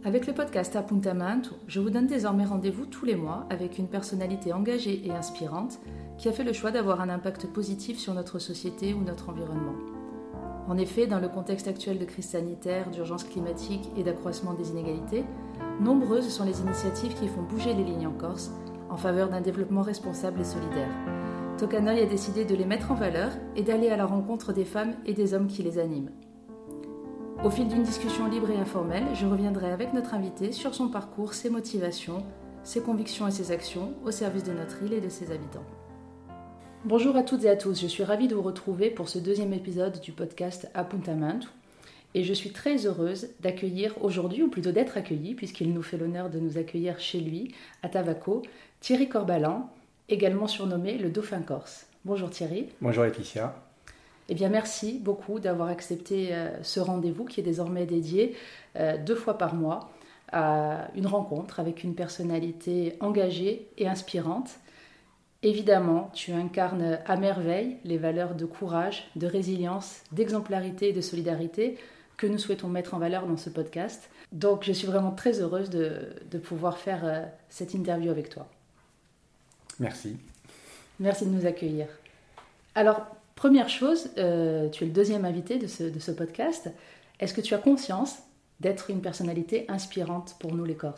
Avec le podcast Appuntamento, je vous donne désormais rendez-vous tous les mois avec une personnalité engagée et inspirante qui a fait le choix d'avoir un impact positif sur notre société ou notre environnement. En effet, dans le contexte actuel de crise sanitaire, d'urgence climatique et d'accroissement des inégalités, nombreuses sont les initiatives qui font bouger les lignes en Corse en faveur d'un développement responsable et solidaire. Tokanoi a décidé de les mettre en valeur et d'aller à la rencontre des femmes et des hommes qui les animent. Au fil d'une discussion libre et informelle, je reviendrai avec notre invité sur son parcours, ses motivations, ses convictions et ses actions au service de notre île et de ses habitants. Bonjour à toutes et à tous, je suis ravie de vous retrouver pour ce deuxième épisode du podcast Appuntamento et je suis très heureuse d'accueillir aujourd'hui, ou plutôt d'être accueillie, puisqu'il nous fait l'honneur de nous accueillir chez lui, à Tavaco, Thierry Corbalan, également surnommé le Dauphin Corse. Bonjour Thierry. Bonjour Laetitia. Eh bien, merci beaucoup d'avoir accepté ce rendez-vous qui est désormais dédié 2 fois par mois à une rencontre avec une personnalité engagée et inspirante. Évidemment, tu incarnes à merveille les valeurs de courage, de résilience, d'exemplarité et de solidarité que nous souhaitons mettre en valeur dans ce podcast. Donc, je suis vraiment très heureuse de pouvoir faire cette interview avec toi. Merci. Merci de nous accueillir. Alors, première chose, tu es le deuxième invité de ce podcast. Est-ce que tu as conscience d'être une personnalité inspirante pour nous les Corses ?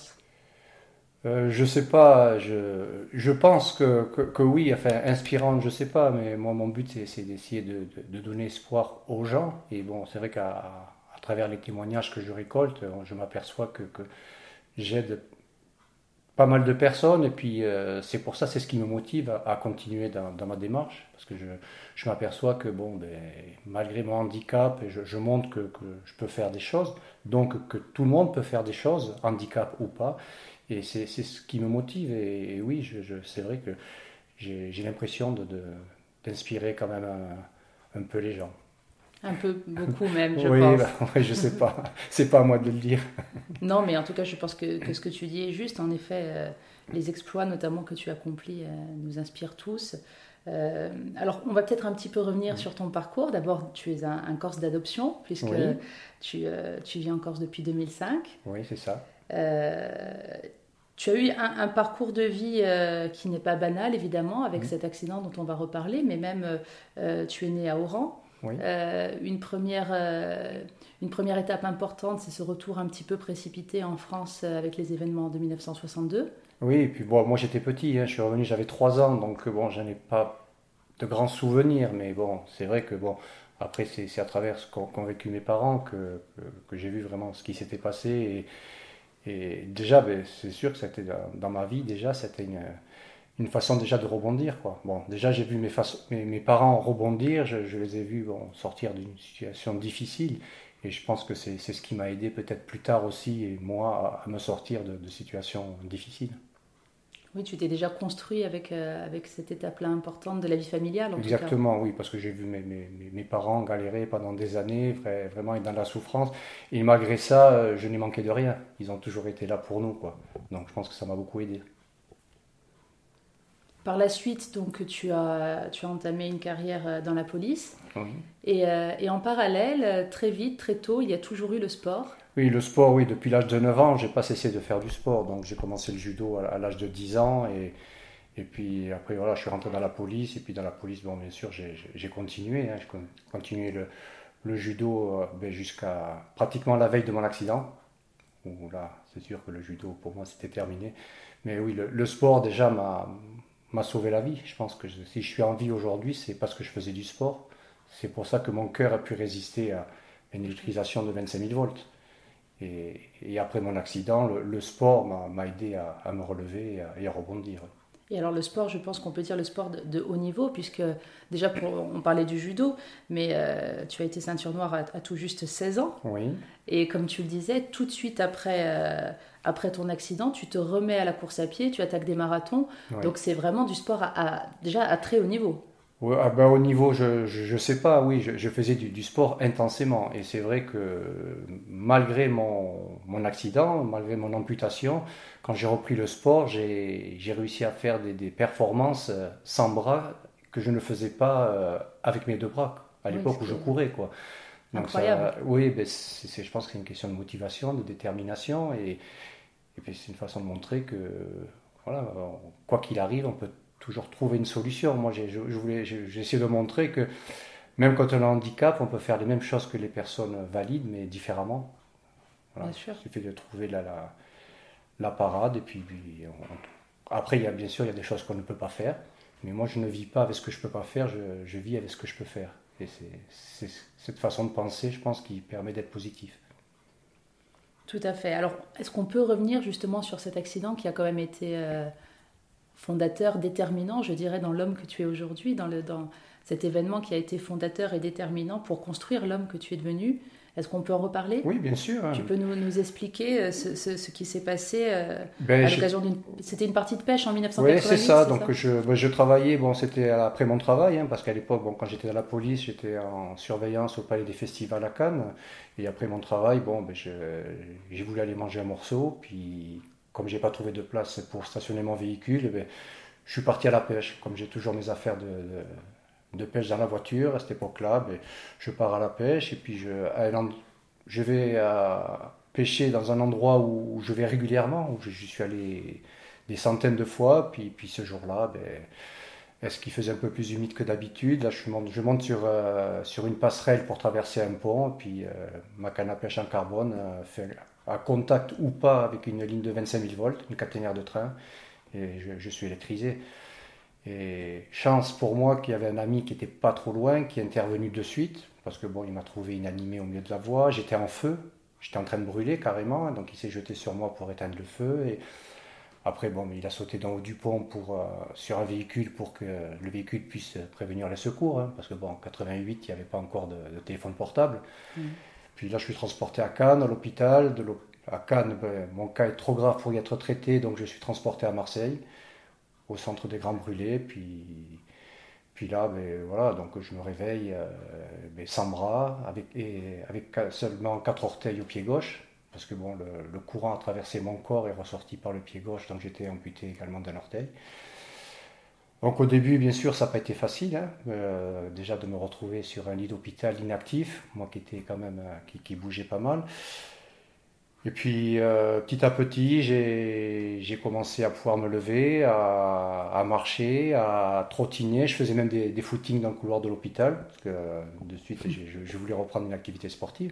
Je sais pas, je pense que oui, enfin inspirante, je sais pas, mais moi mon but c'est d'essayer de donner espoir aux gens. Et bon, c'est vrai qu'à travers les témoignages que je récolte, je m'aperçois que j'aide pas mal de personnes, et puis c'est pour ça, c'est ce qui me motive à continuer dans ma démarche, parce que je m'aperçois que bon, malgré mon handicap, je montre que je peux faire des choses, donc que tout le monde peut faire des choses, handicap ou pas, et c'est ce qui me motive, et oui, c'est vrai que j'ai l'impression d'inspirer quand même un peu les gens. Un peu, beaucoup même, je oui, pense. Oui, je sais pas, c'est pas à moi de le dire. Non, mais en tout cas, je pense que ce que tu dis est juste. En effet, les exploits notamment que tu accomplis nous inspirent tous. Alors, on va peut-être un petit peu revenir sur ton parcours. D'abord, tu es un Corse d'adoption, puisque tu vis en Corse depuis 2005. Oui, c'est ça. Tu as eu un parcours de vie qui n'est pas banal, évidemment, avec cet accident dont on va reparler, mais même tu es né à Oran. Oui. Une première étape importante, c'est ce retour un petit peu précipité en France avec les événements de 1962. Oui, et puis bon, moi j'étais petit, je suis revenu, j'avais 3 ans, donc bon, j'en ai pas de grands souvenirs, mais bon, c'est vrai que bon, après c'est à travers ce qu'ont vécu mes parents que j'ai vu vraiment ce qui s'était passé, et déjà, c'est sûr que c'était dans ma vie, déjà, c'était une façon déjà de rebondir, quoi. Bon, déjà j'ai vu mes parents rebondir, je les ai vus sortir d'une situation difficile, et je pense que c'est ce qui m'a aidé peut-être plus tard aussi, et moi, à me sortir de situations difficiles. Oui, tu t'es déjà construit avec cette étape-là importante de la vie familiale, en Exactement, tout cas. oui, parce que j'ai vu mes parents galérer pendant des années, vraiment être dans la souffrance, et malgré ça, je n'ai manqué de rien. Ils ont toujours été là pour nous, quoi. Donc je pense que ça m'a beaucoup aidé. Par la suite, donc, tu as entamé une carrière dans la police. Oui. Et en parallèle, très vite, très tôt, il y a toujours eu le sport. Oui, le sport, oui, depuis l'âge de 9 ans, j'ai pas cessé de faire du sport. Donc j'ai commencé le judo à l'âge de 10 ans, et puis après, voilà, je suis rentré dans la police, et puis dans la police, bon, bien sûr, j'ai continué, j'ai continué le judo jusqu'à pratiquement la veille de mon accident, où là, c'est sûr que le judo, pour moi, c'était terminé. Mais oui, le sport, déjà, m'a sauvé la vie. Je pense que si je suis en vie aujourd'hui, c'est parce que je faisais du sport. C'est pour ça que mon cœur a pu résister à une électrisation de 25 000 volts. Et après mon accident, le sport m'a aidé à me relever et à rebondir. Et alors le sport, je pense qu'on peut dire le sport de haut niveau, puisque déjà on parlait du judo, mais tu as été ceinture noire à tout juste 16 ans. Oui. Et comme tu le disais, tout de suite après ton accident, tu te remets à la course à pied, tu attaques des marathons. Oui. Donc c'est vraiment du sport déjà à très haut niveau. Ouais, au niveau, je sais pas, oui, je faisais du sport intensément. Et c'est vrai que malgré mon accident, malgré mon amputation, quand j'ai repris le sport, j'ai réussi à faire des performances sans bras que je ne faisais pas avec mes 2 bras à l'époque où je courais, quoi. Donc Incroyable. oui, ben je pense que c'est une question de motivation, de détermination, et puis c'est une façon de montrer que, voilà, quoi qu'il arrive, on peut toujours trouver une solution. Moi, j'ai essayé de montrer que même quand on a un handicap, on peut faire les mêmes choses que les personnes valides, mais différemment. Voilà. Bien sûr. Il suffit de trouver la parade, et puis après, bien sûr, il y a des choses qu'on ne peut pas faire, mais moi, je ne vis pas avec ce que je ne peux pas faire, je vis avec ce que je peux faire. Et c'est cette façon de penser, je pense, qui permet d'être positif. Tout à fait. Alors, est-ce qu'on peut revenir justement sur cet accident qui a quand même été fondateur, déterminant, je dirais, dans l'homme que tu es aujourd'hui, dans cet événement qui a été fondateur et déterminant pour construire l'homme que tu es devenu? Est-ce qu'on peut en reparler? Oui, bien sûr. Tu peux nous expliquer ce qui s'est passé Ben, à l'occasion d'une... C'était une partie de pêche en Oui, 1988, c'est ça. c'est Donc ça? je travaillais, bon, c'était après mon travail, parce qu'à l'époque, bon, quand j'étais dans la police, j'étais en surveillance au Palais des Festivals à Cannes. Et après mon travail, bon, j'ai voulu aller manger un morceau. Puis, comme j'ai pas trouvé de place pour stationner mon véhicule, je suis parti à la pêche. Comme j'ai toujours mes affaires de pêche dans la voiture à cette époque-là, je pars à la pêche et puis je vais pêcher dans un endroit où je vais régulièrement, où j'y suis allé des centaines de fois. Puis ce jour-là, est-ce qu'il faisait un peu plus humide que d'habitude? Là, je monte sur une passerelle pour traverser un pont, puis ma canne à pêche en carbone fait à contact ou pas avec une ligne de 25 000 volts, une caténaire de train, et je suis électrisé. Et chance pour moi qu'il y avait un ami qui était pas trop loin, qui est intervenu de suite, parce que bon, il m'a trouvé inanimé au milieu de la voie. J'étais en feu, j'étais en train de brûler carrément, donc il s'est jeté sur moi pour éteindre le feu. Et après, bon, il a sauté d'en haut du pont sur un véhicule pour que le véhicule puisse prévenir les secours, parce que bon, en 88, il n'y avait pas encore de téléphone portable. Puis là, je suis transporté à Cannes, à l'hôpital. À Cannes, mon cas est trop grave pour y être traité, donc je suis transporté à Marseille, au centre des Grands Brûlés. Puis là, voilà, donc je me réveille sans bras, avec seulement 4 orteils au pied gauche, parce que bon, le courant a traversé mon corps et est ressorti par le pied gauche, donc j'étais amputé également d'un orteil. Donc au début, bien sûr, ça n'a pas été facile, déjà de me retrouver sur un lit d'hôpital inactif, moi qui était quand même, qui bougeait pas mal. Et puis petit à petit, j'ai commencé à pouvoir me lever, à marcher, à trottiner. Je faisais même des footings dans le couloir de l'hôpital, parce que de suite, je voulais reprendre une activité sportive.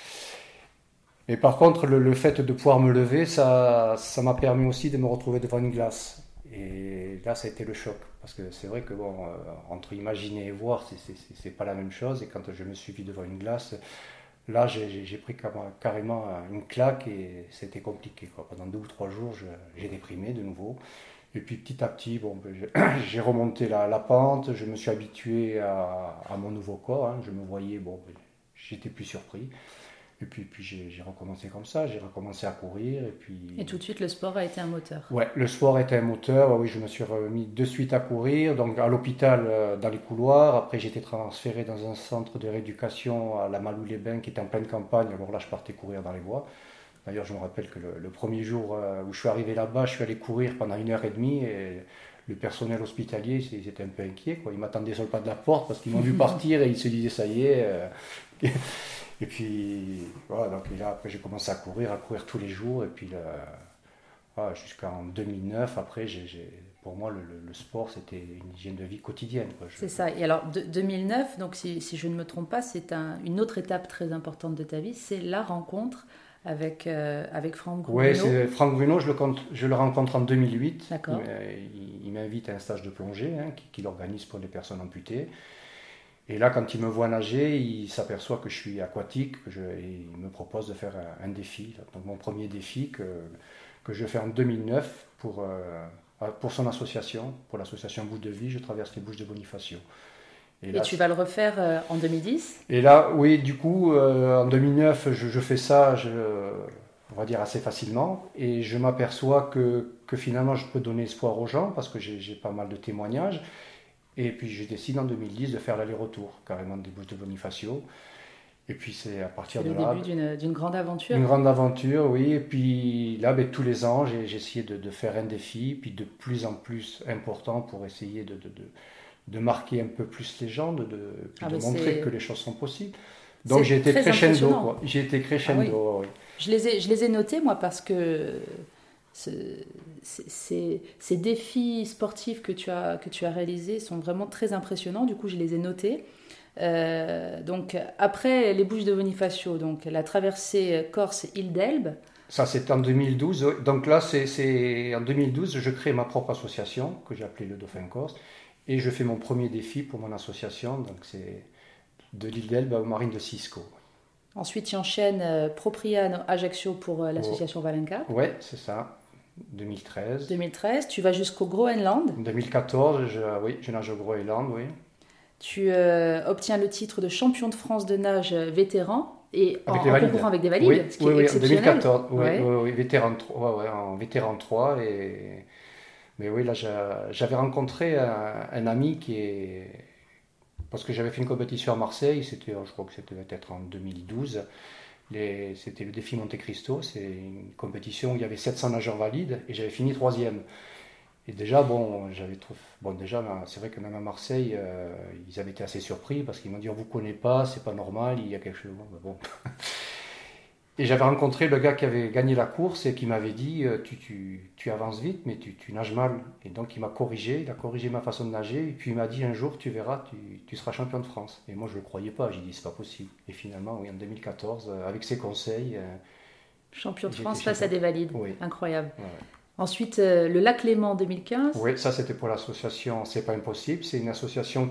Mais par contre, le fait de pouvoir me lever, ça m'a permis aussi de me retrouver devant une glace. Et là, ça a été le choc. Parce que c'est vrai que, bon, entre imaginer et voir, c'est pas la même chose. Et quand je me suis vu devant une glace, là, j'ai pris carrément une claque et c'était compliqué, quoi. Pendant 2 ou 3 jours, j'ai déprimé de nouveau. Et puis petit à petit, bon, j'ai remonté la pente, je me suis habitué à mon nouveau corps. Je me voyais, bon, j'étais plus surpris. Et puis j'ai recommencé comme ça, j'ai recommencé à courir. Et tout de suite, le sport a été un moteur. Ouais, le sport était un moteur. Oui, je me suis remis de suite à courir. Donc à l'hôpital, dans les couloirs. Après, j'ai été transféré dans un centre de rééducation à la Malou-les-Bains qui était en pleine campagne. Alors là, je partais courir dans les bois. D'ailleurs, je me rappelle que le premier jour où je suis arrivé là-bas, je suis allé courir pendant 1 heure et demie. Et le personnel hospitalier, ils étaient un peu inquiets, quoi. Ils m'attendaient sur le pas de la porte parce qu'ils m'ont vu partir et ils se disaient, ça y est. Et puis, voilà, donc là, après, j'ai commencé à courir tous les jours. Et puis, voilà, jusqu'en 2009, après, pour moi, le sport, c'était une hygiène de vie quotidienne, quoi. C'est ça. Et alors, 2009, donc si je ne me trompe pas, c'est une autre étape très importante de ta vie, c'est la rencontre avec Franck Bruno. Oui, c'est Franck Bruno, je le rencontre en 2008. D'accord. Il m'invite à un stage de plongée qu'il organise pour les personnes amputées. Et là, quand il me voit nager, il s'aperçoit que je suis aquatique, et il me propose de faire un défi. Donc mon premier défi que je fais en 2009 pour son association, pour l'association Bouches de Vie, je traverse les Bouches de Bonifacio. Et là, tu vas le refaire en 2010? Et là, oui, du coup, en 2009, je fais ça, on va dire assez facilement, et je m'aperçois que finalement je peux donner espoir aux gens, parce que j'ai pas mal de témoignages. Et puis je décide en 2010 de faire l'aller-retour, carrément des Bouches de Bonifacio. Et puis c'est à partir de là... C'est le début d'une grande aventure. Une grande aventure, oui. Et puis là, tous les ans, j'ai essayé de faire un défi, puis de plus en plus important pour essayer de marquer un peu plus les gens, de montrer que les choses sont possibles. Donc j'ai été très crescendo, impressionnant. quoi. J'ai été crescendo, Ah oui. oui. Je les ai notés, moi, parce que ces défis sportifs que tu as réalisés sont vraiment très impressionnants. Du coup, je les ai notés. Donc, après les Bouches de Bonifacio, donc la traversée Corse-Île d'Elbe. Ça, c'est en 2012. Donc là, en 2012, je crée ma propre association que j'ai appelée le Dauphin Corse. Et je fais mon premier défi pour mon association. Donc c'est de l'île d'Elbe aux Marines de Cisco. Ensuite, tu enchaînes Propriano Ajaccio pour l'association Valenca. Ouais, c'est ça. 2013. 2013, tu vas jusqu'au Groenland. 2014, je nage au Groenland, oui. Tu obtiens le titre de champion de France de nage vétéran et en concourant avec des valides, oui, ce qui est exceptionnel. En 2014, ouais. oui, vétéran 3, en vétéran 3. Mais oui, là, j'avais rencontré un ami qui est... Parce que j'avais fait une compétition à Marseille, je crois que c'était peut-être en 2012. C'était le défi Monte Cristo, c'est une compétition où il y avait 700 nageurs valides et j'avais fini 3e. Et déjà, déjà, c'est vrai que même à Marseille, ils avaient été assez surpris parce qu'ils m'ont dit on vous connaît pas, c'est pas normal, il y a quelque chose. Bon. Et j'avais rencontré le gars qui avait gagné la course et qui m'avait dit tu avances vite, mais tu nages mal. Et donc il m'a corrigé, il a corrigé ma façon de nager. Et puis il m'a dit un jour tu verras, tu seras champion de France. Et moi je le croyais pas, j'ai dit c'est pas possible. Et finalement, oui, en 2014, avec ses conseils. Champion de France face à des valides, oui. Incroyable. Ouais. Ensuite, le Lac Léman 2015. Oui, ça c'était pour l'association C'est pas impossible. C'est une association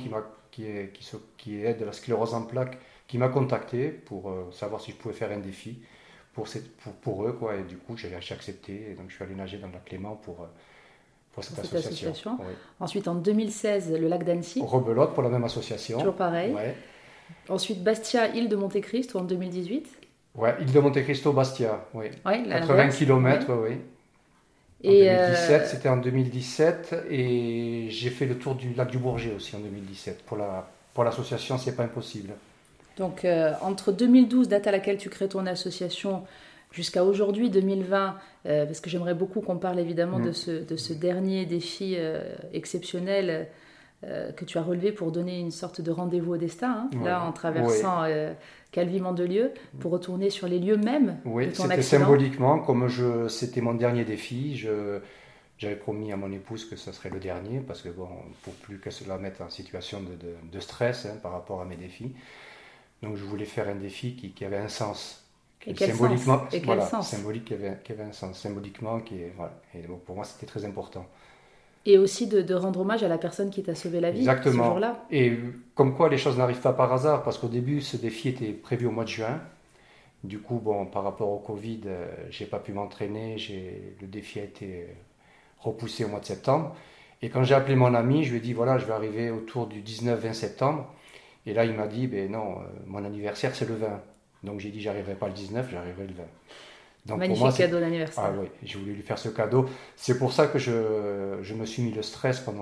qui aide la sclérose en plaques, qui m'a contacté pour savoir si je pouvais faire un défi pour eux, quoi. Et du coup, j'ai accepté. Et donc, je suis allé nager dans le lac Léman pour cette association. Oui. Ensuite, en 2016, le lac d'Annecy. Rebelote pour la même association. Toujours pareil. Ouais. Ensuite, Bastia, île de Monte Cristo en 2018. Ouais, île de Monte Cristo, Bastia, oui. Ouais, 80 km, oui. En 2017, c'était en 2017. Et j'ai fait le tour du lac du Bourget aussi en 2017 pour l'association C'est pas impossible. Donc, entre 2012, date à laquelle tu crées ton association, jusqu'à aujourd'hui, 2020, parce que j'aimerais beaucoup qu'on parle évidemment de ce dernier défi exceptionnel que tu as relevé pour donner une sorte de rendez-vous au destin, là, en traversant Calvi-Mandelieu, pour retourner sur les lieux mêmes de ton accident. Oui, c'était symboliquement, comme c'était mon dernier défi, j'avais promis à mon épouse que ce serait le dernier, parce que bon, pour plus que cela mette en situation de stress par rapport à mes défis. Donc je voulais faire un défi qui avait un sens. Symboliquement, symbolique qui avait un sens. Symboliquement, voilà. Et donc pour moi, c'était très important. Et aussi de rendre hommage à la personne qui t'a sauvé la vie. Exactement. Ce jour-là. Et comme quoi les choses n'arrivent pas par hasard, parce qu'au début, ce défi était prévu au mois de juin. Du coup, bon, par rapport au Covid, j'ai pas pu m'entraîner. Le défi a été repoussé au mois de septembre. Et quand j'ai appelé mon ami, je lui ai dit, voilà, je vais arriver autour du 19-20 septembre. Et là, il m'a dit, ben non, mon anniversaire, c'est le 20. Donc j'ai dit, j'arriverai pas le 19, j'arriverai le 20. Donc, magnifique pour moi, cadeau d'anniversaire. Ah oui, j'ai voulu lui faire ce cadeau. C'est pour ça que je me suis mis le stress pendant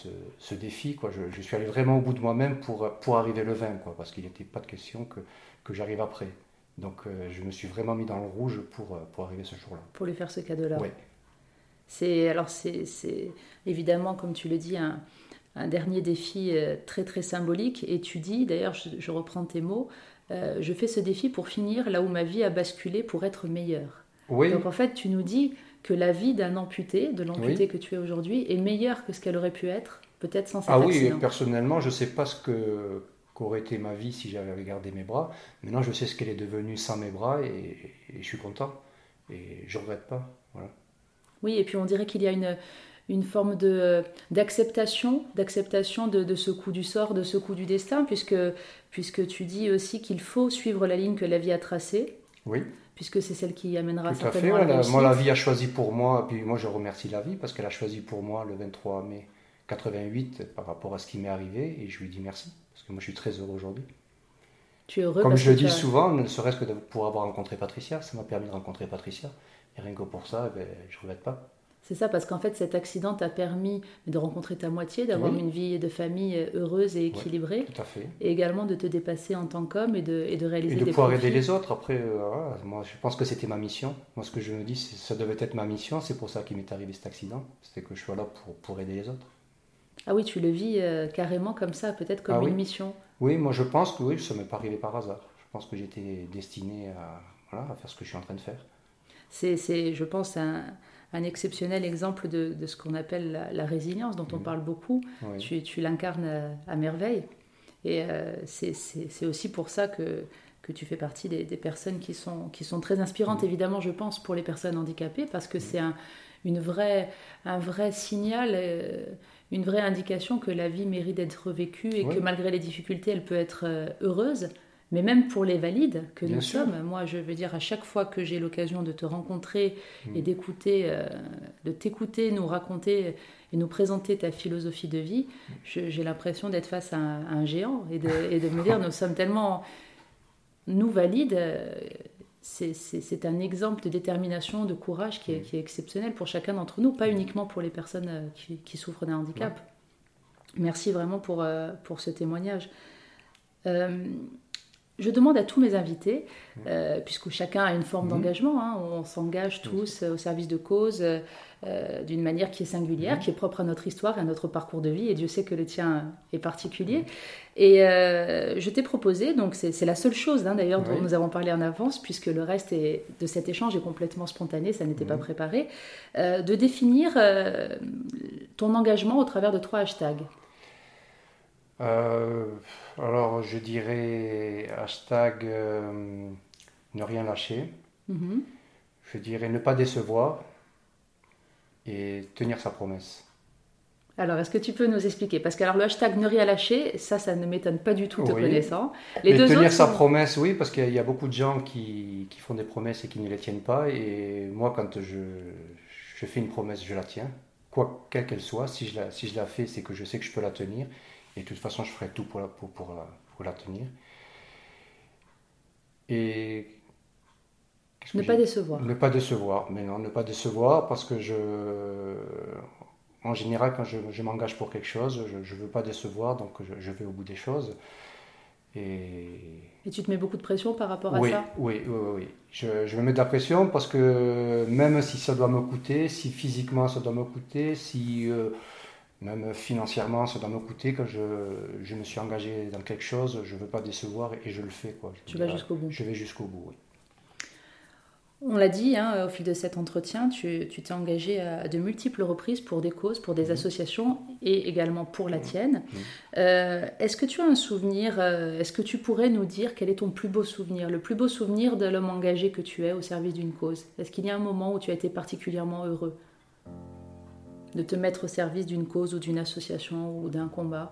ce défi, quoi. Je suis allé vraiment au bout de moi-même pour arriver le 20, quoi, parce qu'il n'était pas de question que j'arrive après. Donc je me suis vraiment mis dans le rouge pour arriver ce jour-là. Pour lui faire ce cadeau-là. Oui. C'est évidemment, comme tu le dis, un dernier défi très très symbolique. Et tu dis, d'ailleurs, je reprends tes mots, je fais ce défi pour finir là où ma vie a basculé pour être meilleure. Oui. Donc en fait, tu nous dis que la vie d'un amputé, de l'amputé que tu es aujourd'hui, est meilleure que ce qu'elle aurait pu être, peut-être sans cet accident. Oui, personnellement, je ne sais pas qu'aurait été ma vie si j'avais gardé mes bras. Maintenant, je sais ce qu'elle est devenue sans mes bras et je suis content. Et je ne regrette pas. Voilà. Oui, et puis on dirait qu'il y a une forme d'acceptation de ce coup du sort, de ce coup du destin, puisque tu dis aussi qu'il faut suivre la ligne que la vie a tracée. Oui. Puisque c'est celle qui amènera Tout à certainement fait. à la réussite. Moi, la vie a choisi pour moi, puis moi je remercie la vie parce qu'elle a choisi pour moi le 23 mai 88 par rapport à ce qui m'est arrivé et je lui dis merci parce que moi je suis très heureux aujourd'hui. Tu es heureux. Comme je le dis souvent, ne serait-ce que pour avoir rencontré Patricia, ça m'a permis de rencontrer Patricia et rien que pour ça, je ne regrette pas. C'est ça, parce qu'en fait, cet accident t'a permis de rencontrer ta moitié, d'avoir une vie de famille heureuse et équilibrée. Oui, tout à fait. Et également de te dépasser en tant qu'homme et de réaliser des Et de pouvoir aider les autres. Après, moi, je pense que c'était ma mission. Moi, ce que je me dis, ça devait être ma mission. C'est pour ça qu'il m'est arrivé cet accident. C'était que je sois là pour aider les autres. Ah oui, tu le vis carrément comme ça, peut-être comme une mission. Oui, moi, je pense que ça ne m'est pas arrivé par hasard. Je pense que j'étais destiné à faire ce que je suis en train de faire. C'est je pense, un exceptionnel exemple de ce qu'on appelle la résilience, dont on parle beaucoup. Oui. Tu l'incarnes à merveille. Et c'est aussi pour ça que tu fais partie des personnes qui sont très inspirantes, évidemment, je pense, pour les personnes handicapées, parce que c'est un vrai signal, une vraie indication que la vie mérite d'être vécue et que malgré les difficultés, elle peut être heureuse. Mais même pour les valides que nous sommes, moi je veux dire, à chaque fois que j'ai l'occasion de te rencontrer et d'écouter, de t'écouter, nous raconter et nous présenter ta philosophie de vie, j'ai l'impression d'être face à un géant et de me dire, nous sommes tellement, nous valides, c'est un exemple de détermination, de courage qui est exceptionnel pour chacun d'entre nous, pas uniquement pour les personnes qui souffrent d'un handicap. Merci vraiment pour ce témoignage. Je demande à tous mes invités, puisque chacun a une forme d'engagement, hein, on s'engage tous au service de cause d'une manière qui est singulière, qui est propre à notre histoire et à notre parcours de vie, et Dieu sait que le tien est particulier. Et je t'ai proposé, donc c'est la seule chose d'ailleurs dont nous avons parlé en avance, puisque le reste de cet échange est complètement spontané, ça n'était pas préparé, de définir ton engagement au travers de 3 hashtags. Alors je dirais hashtag ne rien lâcher, je dirais ne pas décevoir et tenir sa promesse. Alors est-ce que tu peux nous expliquer? Parce que alors, le hashtag ne rien lâcher, ça ne m'étonne pas du tout te connaissant. Les deux tenir autres sa promesse, oui, parce qu'il y a beaucoup de gens qui font des promesses et qui ne les tiennent pas, et moi quand je fais une promesse, je la tiens, quelle qu'elle soit. Si je la fais, c'est que je sais que je peux la tenir. Et de toute façon, je ferai tout pour la tenir. Et... Ne pas décevoir. Ne pas décevoir. Mais non, ne pas décevoir parce que en général, quand je m'engage pour quelque chose, je ne veux pas décevoir, donc je vais au bout des choses. Et tu te mets beaucoup de pression par rapport à ça? Oui. Je me mets de la pression parce que même si ça doit me coûter, si physiquement ça doit me coûter, si... même financièrement, ça doit me coûter. Quand je me suis engagé dans quelque chose, je ne veux pas décevoir et je le fais. Tu vas jusqu'au bout. Je vais jusqu'au bout, oui. On l'a dit, au fil de cet entretien, tu t'es engagé à de multiples reprises pour des causes, pour des associations et également pour la tienne. Est-ce que tu as un souvenir, est-ce que tu pourrais nous dire quel est ton plus beau souvenir, le plus beau souvenir de l'homme engagé que tu es au service d'une cause? Est-ce qu'il y a un moment où tu as été particulièrement heureux de te mettre au service d'une cause ou d'une association ou d'un combat?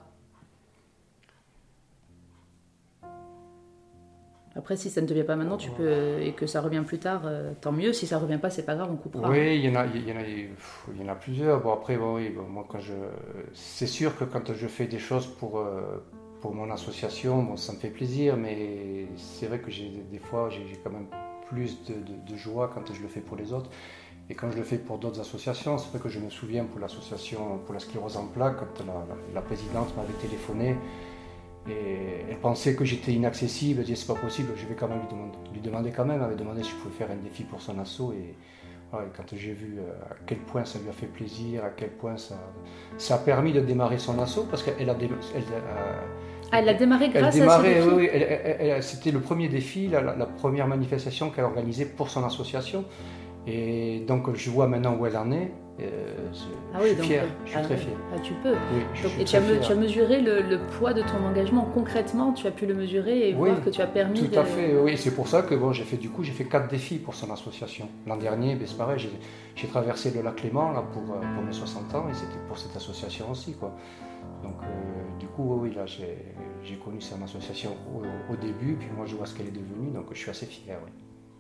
Après, si ça ne te vient pas maintenant, tu peux, et que ça revient plus tard, tant mieux. Si ça ne revient pas, c'est pas grave, on coupera. Oui, il y en a plusieurs. Bon, après, moi, c'est sûr que quand je fais des choses pour mon association, ça me fait plaisir, mais c'est vrai que des fois, j'ai quand même plus de joie quand je le fais pour les autres. Et quand je le fais pour d'autres associations, c'est vrai que je me souviens pour l'association pour la sclérose en plaques, quand la présidente m'avait téléphoné et elle pensait que j'étais inaccessible, elle disait c'est pas possible, je vais quand même lui demander quand même, elle m'avait demandé si je pouvais faire un défi pour son asso et quand j'ai vu à quel point ça lui a fait plaisir, à quel point ça a permis de démarrer son asso, parce qu'elle a elle a démarré grâce à ce défi. Oui, c'était le premier défi, la première manifestation qu'elle a organisée pour son association. Et donc je vois maintenant où elle en est, je suis fier, je suis très fier. Tu peux. Oui, et tu as mesuré le poids de ton engagement concrètement, tu as pu le mesurer et voir que tu as permis tout à fait, oui, c'est pour ça que j'ai fait 4 défis pour son association. L'an dernier, c'est pareil, j'ai traversé le lac Léman là, pour mes 60 ans et c'était pour cette association aussi, quoi. Donc du coup, oui, là j'ai connu son association au début, puis moi je vois ce qu'elle est devenue, donc je suis assez fier, oui.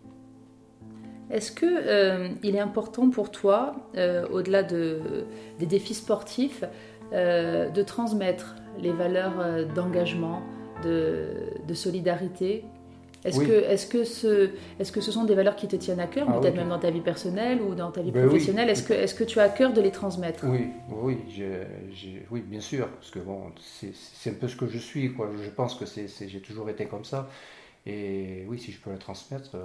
Est-ce qu'il est important pour toi, au-delà des défis sportifs, de transmettre les valeurs d'engagement, de solidarité? Est-ce que ce sont des valeurs qui te tiennent à cœur, peut-être même dans ta vie personnelle ou dans ta vie professionnelle? Oui. Est-ce que tu as à cœur de les transmettre? Oui, oui, bien sûr, parce que c'est un peu ce que je suis, quoi. Je pense que j'ai toujours été comme ça, et oui, si je peux le transmettre...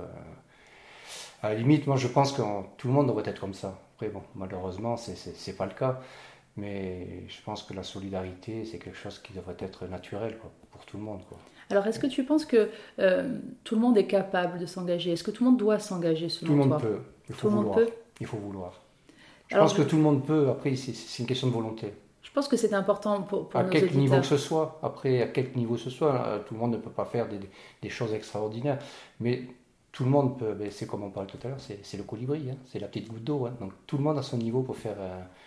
À la limite, moi je pense que tout le monde devrait être comme ça. Après, malheureusement, c'est pas le cas. Mais je pense que la solidarité, c'est quelque chose qui devrait être naturel, quoi, pour tout le monde, quoi. Alors, est-ce que tu penses que tout le monde est capable de s'engager? Est-ce que tout le monde doit s'engager selon toi? Tout le monde peut. Il faut vouloir. Il faut vouloir. Je pense que tout le monde peut. Après, c'est une question de volonté. Je pense que c'est important pour nos auditeurs. À quelque niveau que ce soit. Après, à quelque niveau que ce soit, tout le monde ne peut pas faire des choses extraordinaires. Mais tout le monde peut. C'est comme on parlait tout à l'heure, c'est le colibri. Hein, c'est la petite goutte d'eau. Hein, donc tout le monde à son niveau peut faire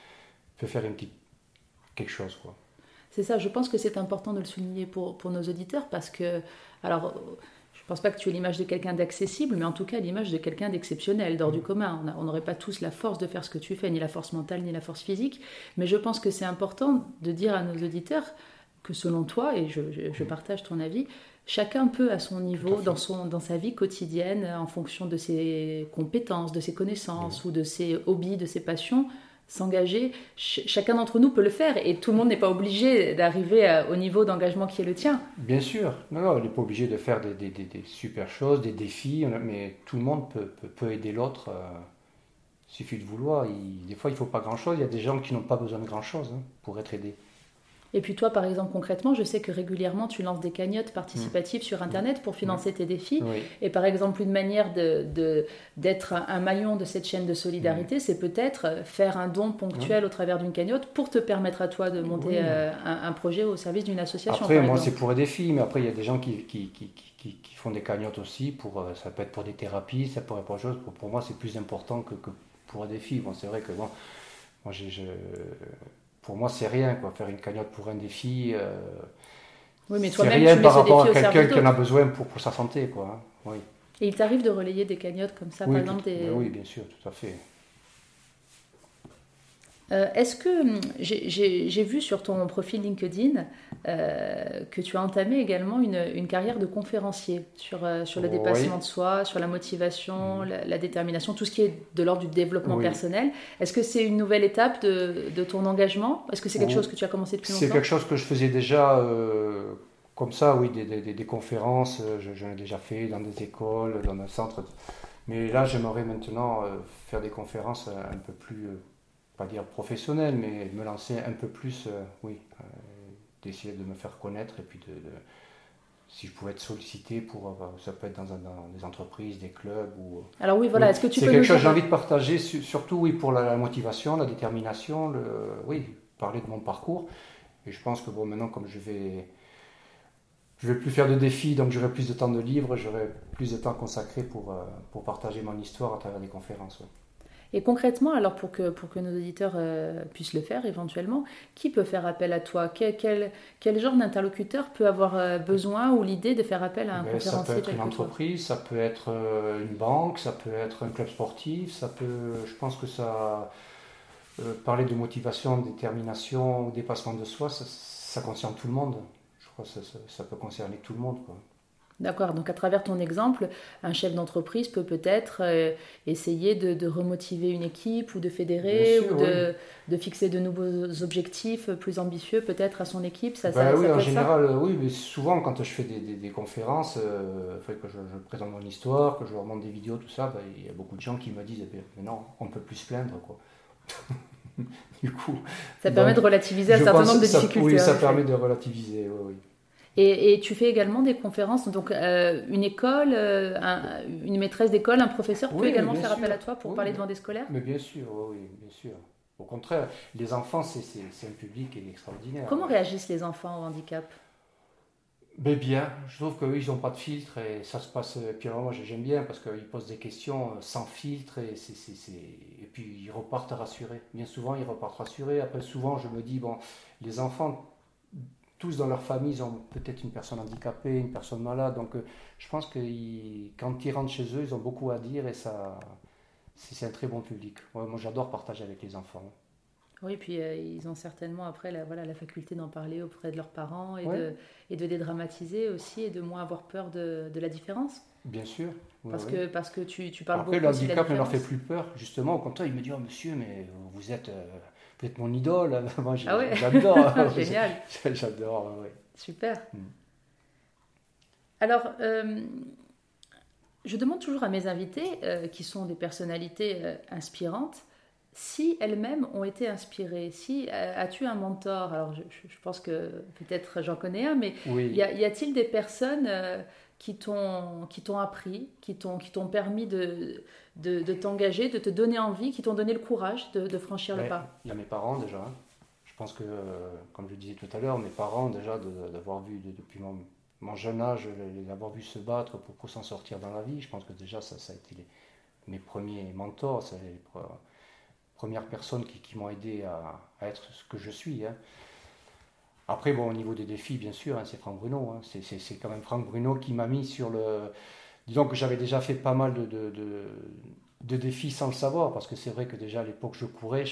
quelque chose, quoi. C'est ça, je pense que c'est important de le souligner pour nos auditeurs parce que, alors, je ne pense pas que tu aies l'image de quelqu'un d'accessible, mais en tout cas l'image de quelqu'un d'exceptionnel, d'hors du commun. On n'aurait pas tous la force de faire ce que tu fais, ni la force mentale, ni la force physique, mais je pense que c'est important de dire à nos auditeurs que selon toi, et je partage ton avis, chacun peut à son niveau, dans sa vie quotidienne, en fonction de ses compétences, de ses connaissances ou de ses hobbies, de ses passions, s'engager. Chacun d'entre nous peut le faire et tout le monde n'est pas obligé d'arriver au niveau d'engagement qui est le tien. Bien sûr, non, on n'est pas obligé de faire des super choses, des défis, mais tout le monde peut aider l'autre. Il suffit de vouloir. Des fois, il ne faut pas grand-chose. Il y a des gens qui n'ont pas besoin de grand-chose pour être aidés. Et puis toi, par exemple, concrètement, je sais que régulièrement, tu lances des cagnottes participatives sur Internet pour financer tes défis. Oui. Et par exemple, une manière d'être un maillon de cette chaîne de solidarité, c'est peut-être faire un don ponctuel au travers d'une cagnotte pour te permettre à toi de monter un projet au service d'une association. Après, moi, c'est pour aider des filles, mais après, il y a des gens qui font des cagnottes aussi. Ça peut être pour des thérapies, ça pourrait être pour autre chose. Pour moi, c'est plus important que pour aider des filles. Bon, c'est vrai que moi, pour moi, c'est rien, quoi. Faire une cagnotte pour un défi, oui, mais c'est toi-même, rien tu par mets ce rapport à défi au quelqu'un service qui en a d'autres. besoin pour sa santé, quoi. Oui. Et il t'arrive de relayer des cagnottes comme ça, Oui, par exemple oui, bien sûr, tout à fait. Est-ce que j'ai vu sur ton profil LinkedIn que tu as entamé également une carrière de conférencier sur le dépassement de soi, sur la motivation, la détermination, tout ce qui est de l'ordre du développement personnel. Est-ce que c'est une nouvelle étape de ton engagement? Est-ce que c'est quelque chose que tu as commencé depuis longtemps? C'est quelque chose que je faisais déjà comme ça, oui, des conférences, j'en ai déjà fait dans des écoles, dans un centre. Mais là, j'aimerais maintenant faire des conférences un peu plus... pas dire professionnel, mais me lancer un peu plus, d'essayer de me faire connaître et puis si je pouvais être sollicité pour, ça peut être dans des entreprises, des clubs ou. Alors oui, voilà. Est-ce que tu peux c'est quelque chose que j'ai envie de partager, surtout oui pour la motivation, la détermination, parler de mon parcours. Et je pense que bon, maintenant comme je vais plus faire de défis, donc j'aurai plus de temps de libre, j'aurai plus de temps consacré pour partager mon histoire à travers des conférences. Ouais. Et concrètement, alors pour que nos auditeurs puissent le faire éventuellement, qui peut faire appel à toi? Quel genre d'interlocuteur peut avoir besoin ou l'idée de faire appel à un conférencier? Ça peut être une entreprise, ça peut être une banque, ça peut être un club sportif, je pense que ça, parler de motivation, de détermination, dépassement de soi, ça concerne tout le monde. Je crois que ça peut concerner tout le monde, quoi. D'accord, donc à travers ton exemple, un chef d'entreprise peut peut-être essayer de remotiver une équipe ou de fédérer sûr, ou de fixer de nouveaux objectifs plus ambitieux peut-être à son équipe. Oui, en général, oui, mais souvent quand je fais des conférences, que je présente mon histoire, que je leur montre des vidéos, tout ça, il y a beaucoup de gens qui me disent mais non, on ne peut plus se plaindre, quoi. Du coup, ça permet de relativiser un certain nombre de difficultés. Oui, ça permet de relativiser, oui. Et tu fais également des conférences, donc une école, une maîtresse d'école, un professeur peut également faire appel à toi pour parler devant des scolaires? Mais bien sûr, oui, bien sûr. Au contraire, les enfants, c'est un public extraordinaire. Comment réagissent les enfants au handicap? Mais bien, je trouve qu'eux, ils n'ont pas de filtre et ça se passe. Et puis alors, moi, j'aime bien parce qu'ils posent des questions sans filtre et puis ils repartent rassurés. Bien souvent, ils repartent rassurés. Après, souvent, je me dis, bon, les enfants, tous dans leur famille, ils ont peut-être une personne handicapée, une personne malade. Donc, je pense que quand ils rentrent chez eux, ils ont beaucoup à dire et c'est un très bon public. Ouais, moi, j'adore partager avec les enfants. Oui, puis ils ont certainement après la faculté d'en parler auprès de leurs parents et de dédramatiser aussi et de moins avoir peur de la différence. Bien sûr. Parce que tu parles après, beaucoup aussi de la différence. Après, le handicap ne leur fait plus peur. Justement, au contraire, il me dit « Oh monsieur, mais vous êtes mon idole. » Moi, j'adore. Génial. J'adore, oui. Super. Alors, je demande toujours à mes invités, qui sont des personnalités inspirantes, si elles-mêmes ont été inspirées, si as-tu un mentor? Alors je pense que peut-être j'en connais un, mais Oui, y a-t-il des personnes qui t'ont appris, qui t'ont permis de t'engager, de te donner envie, qui t'ont donné le courage de franchir le ben, pas? il y a mes parents déjà, hein. Je pense que, comme je disais tout à l'heure, mes parents déjà, d'avoir vu depuis mon jeune âge, les avoir vu se battre pour s'en sortir dans la vie, je pense que déjà ça a été mes premiers mentors, c'est les premières personnes qui m'ont aidé à être ce que je suis, hein. Après, bon, au niveau des défis, bien sûr, hein, c'est Franck Bruno, hein. C'est quand même Franck Bruno qui m'a mis sur le... Disons que j'avais déjà fait pas mal de défis sans le savoir, parce que c'est vrai que déjà à l'époque je courais,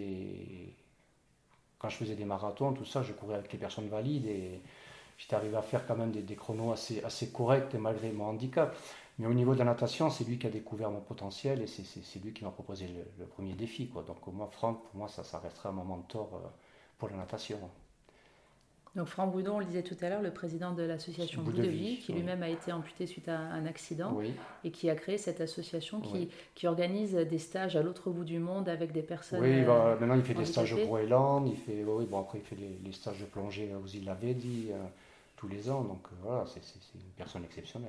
quand je faisais des marathons, tout ça, je courais avec les personnes valides et j'étais arrivé à faire quand même des chronos assez corrects malgré mon handicap. Mais au niveau de la natation, c'est lui qui a découvert mon potentiel et c'est lui qui m'a proposé le premier défi, quoi. Donc moi, Franck, pour moi, ça restera mon mentor pour la natation. Donc Franck Boudon, on le disait tout à l'heure, le président de l'association Bout Bout de de Vie, vie, qui oui. lui-même a été amputé suite à un accident Oui, et qui a créé cette association oui. qui organise des stages à l'autre bout du monde avec des personnes Oui, maintenant il fait des stages au handicapées. Groenland, oui, bon, après il fait les stages de plongée aux îles Lavédi tous les ans, donc voilà, c'est une personne exceptionnelle.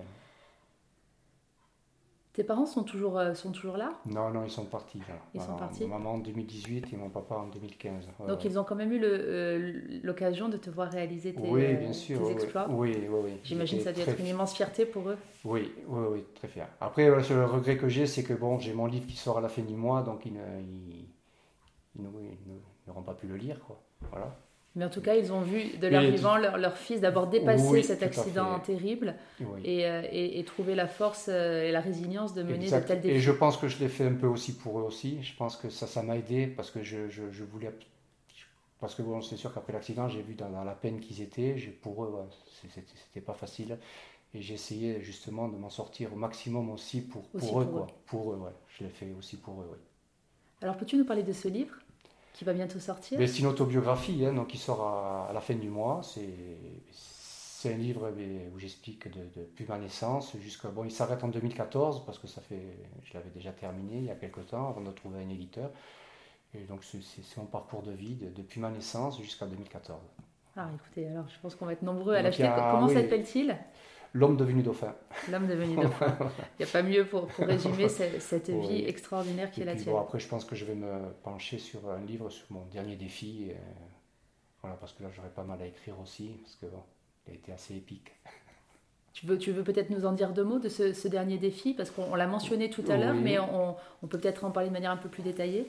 Tes parents sont toujours là? Non, non, ils sont partis, là. Ils sont partis? Maman en 2018 et mon papa en 2015. Ouais, Donc ouais. ils ont quand même eu l'occasion de te voir réaliser Oui, bien sûr, tes oui, exploits. oui, oui, oui. J'imagine que ça a dû Très être une immense fierté pour eux. Oui, oui, oui, très fier. Après, le seul regret que j'ai, c'est que bon, j'ai mon livre qui sort à la fin du mois, donc ils n'auront pas pu le lire, quoi. Voilà. Mais en tout cas, ils ont vu de leur Mais vivant leur fils d'abord dépasser oui, cet tout à accident fait. terrible Oui. et trouver la force et la résilience de mener de Exact. tels Et je défis. pense que je l'ai fait un peu aussi pour eux aussi. Je pense que ça m'a aidé parce que je voulais. Parce que bon, c'est sûr qu'après l'accident, j'ai vu dans la peine qu'ils étaient. Pour eux, ouais, c'était pas facile. Et j'ai essayé justement de m'en sortir au maximum aussi Aussi pour eux, pour eux. quoi. Pour eux, ouais. Je l'ai fait aussi pour eux, ouais. Alors, peux-tu nous parler de ce livre qui va bientôt sortir? Mais c'est une autobiographie, hein, donc qui sort à la fin du mois. C'est un livre où j'explique depuis ma naissance jusqu'à... Bon, il s'arrête en 2014 parce que je l'avais déjà terminé il y a quelques temps avant de trouver un éditeur. Et donc c'est mon parcours de vie depuis ma naissance jusqu'à 2014. Ah, écoutez, alors je pense qu'on va être nombreux à Donc il y l'acheter. a, Comment oui, s'appelle-t-il? L'homme devenu dauphin. L'homme devenu dauphin. Il n'y a pas mieux pour résumer cette vie Oui. extraordinaire qui Et est la puis tienne. bon, après je pense que je vais me pencher sur un livre sur mon dernier défi. Voilà, parce que là j'aurais pas mal à écrire aussi, parce que bon, il a été assez épique. Tu veux peut-être nous en dire deux mots de ce dernier défi, parce qu'on l'a mentionné tout à l'heure, mais Oui. on peut peut-être en parler de manière un peu plus détaillée.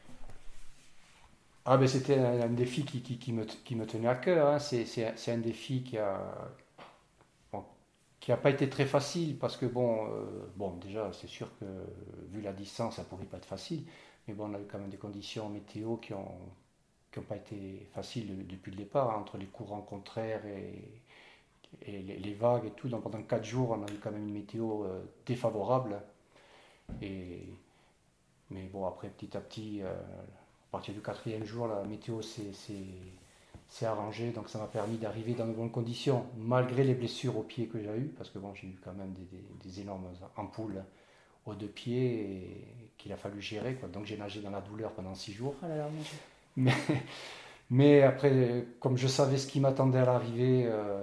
Ah ben c'était un défi qui me tenait à cœur, hein. C'est un défi bon, qui a pas été très facile parce que bon déjà c'est sûr que vu la distance ça pouvait pas être facile, mais bon on a eu quand même des conditions météo qui ont pas été faciles depuis le départ, hein, entre les courants contraires et les vagues et tout. Donc pendant 4 jours on a eu quand même une météo défavorable et mais bon après petit à petit à partir du quatrième jour, la météo s'est arrangée, donc ça m'a permis d'arriver dans de bonnes conditions, malgré les blessures aux pieds que j'ai eues, parce que bon, j'ai eu quand même des énormes ampoules aux deux pieds et qu'il a fallu gérer, quoi. Donc j'ai nagé dans la douleur pendant 6 jours. Oh là là, mon Dieu. Mais, mais après, comme je savais ce qui m'attendait à l'arrivée,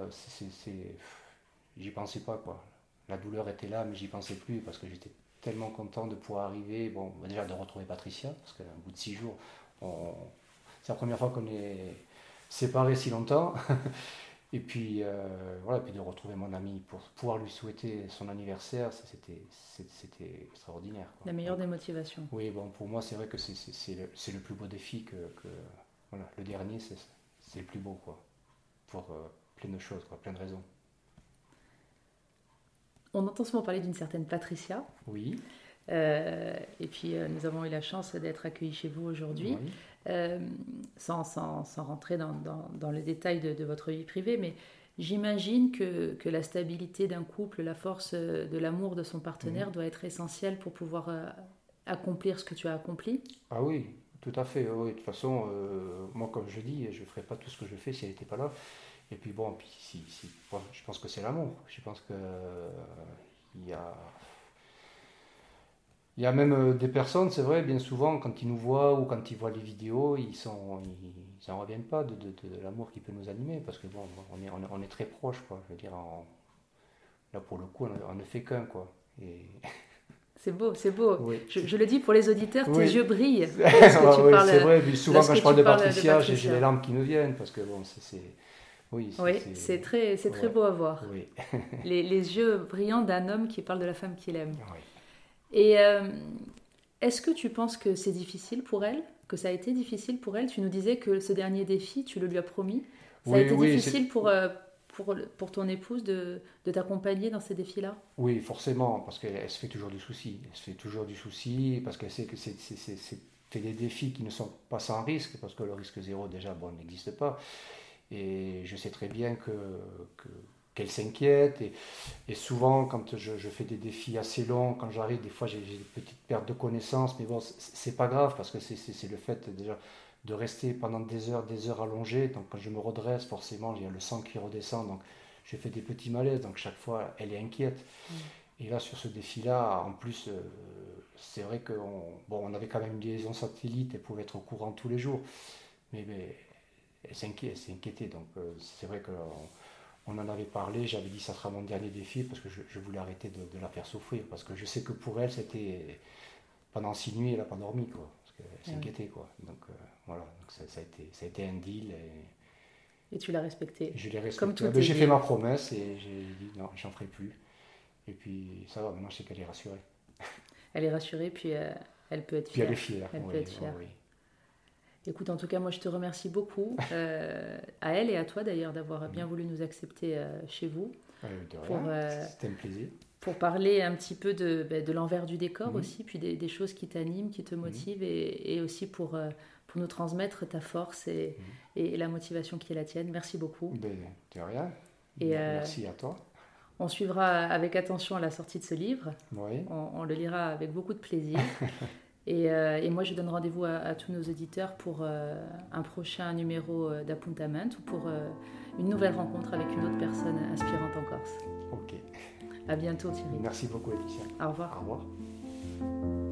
j'y pensais pas, quoi. La douleur était là, mais j'y pensais plus, parce que j'étais tellement content de pouvoir arriver, bon, déjà de retrouver Patricia, parce qu'au bout de 6 jours, on- c'est la première fois qu'on est séparés si longtemps. Et puis, voilà, puis de retrouver mon ami pour pouvoir lui souhaiter son anniversaire, c'était extraordinaire, quoi. La meilleure Donc, des motivations. oui, bon, pour moi, c'est vrai que c'est le plus beau défi voilà, le dernier, c'est le plus beau, quoi. Pour plein de choses, quoi, plein de raisons. On entend souvent parler d'une certaine Patricia. Oui, Et puis, nous avons eu la chance d'être accueillis chez vous aujourd'hui. oui. Euh, sans rentrer dans le détail de votre vie privée, mais j'imagine que la stabilité d'un couple, la force de l'amour de son partenaire Mhm. doit être essentielle pour pouvoir accomplir ce que tu as accompli. Ah oui, tout à fait. Oui, de toute façon, moi, comme je dis, je ne ferais pas tout ce que je fais si elle n'était pas là. Et puis bon, puis bon, je pense que c'est l'amour. Je pense que il y a, Il y a même des personnes, c'est vrai, bien souvent, quand ils nous voient ou quand ils voient les vidéos, ils n'en reviennent pas de l'amour qui peut nous animer, parce que bon, on est très proches, quoi. Je veux dire, là pour le coup, on ne fait qu'un, quoi. Et... C'est beau, c'est beau. Oui. Je le dis pour les auditeurs, tes Oui. yeux brillent. Oui, c'est vrai, mais souvent quand je parle de Patricia, j'ai les larmes qui me viennent, parce que bon, oui, c'est très beau à voir. Oui. Les yeux brillants d'un homme qui parle de la femme qu'il aime. Oui. Et est-ce que tu penses que c'est difficile pour elle, que ça a été difficile pour elle? Tu nous disais que ce dernier défi, tu le lui as promis. Ça a été difficile pour ton épouse de t'accompagner dans ces défis-là? Oui, forcément, parce qu'elle se fait toujours du souci. Elle se fait toujours du souci, parce qu'elle sait que c'est des défis qui ne sont pas sans risque, parce que le risque zéro, déjà, bon, n'existe pas. Et je sais très bien qu'elle s'inquiète. Et souvent, quand je fais des défis assez longs, quand j'arrive, des fois, j'ai des petites pertes de connaissances. Mais bon, c'est pas grave, parce que c'est le fait déjà de rester pendant des heures allongées. Donc, quand je me redresse, forcément, il y a le sang qui redescend. Donc, je fais des petits malaises. Donc, chaque fois, elle est inquiète. Et là, sur ce défi-là, en plus, c'est vrai on avait quand même une liaison satellite. Elle pouvait être au courant tous les jours. Mais elle s'est inquiétée. Donc, c'est vrai qu'on en avait parlé. J'avais dit ça sera mon dernier défi parce que je voulais arrêter de la faire souffrir. Parce que je sais que pour elle, c'était pendant 6 nuits, elle n'a pas dormi, quoi. Parce qu'elle s'inquiétait, quoi. Donc, voilà. Donc, ça a été un deal. Et tu l'as respecté. Je l'ai respecté. Comme tout j'ai fait ma promesse et j'ai dit non, j'en ferai plus. Et puis, ça va. Maintenant, je sais qu'elle est rassurée. Elle est rassurée, puis elle peut être fière. Puis elle est fière. Elle peut être fière. Oui. Écoute, en tout cas, moi, je te remercie beaucoup, à elle et à toi d'ailleurs, d'avoir bien voulu nous accepter chez vous. C'était un plaisir. Pour parler un petit peu de l'envers du décor aussi, puis des choses qui t'animent, qui te motivent, et aussi pour nous transmettre ta force et la motivation qui est la tienne. Merci beaucoup. De rien. Et, merci à toi. On suivra avec attention la sortie de ce livre. Oui. On le lira avec beaucoup de plaisir. Et moi, je donne rendez-vous à tous nos auditeurs pour un prochain numéro d'Appuntamento ou pour une nouvelle rencontre avec une autre personne inspirante en Corse. Ok. À bientôt, Thierry. Merci beaucoup, Alicia. Au revoir. Au revoir.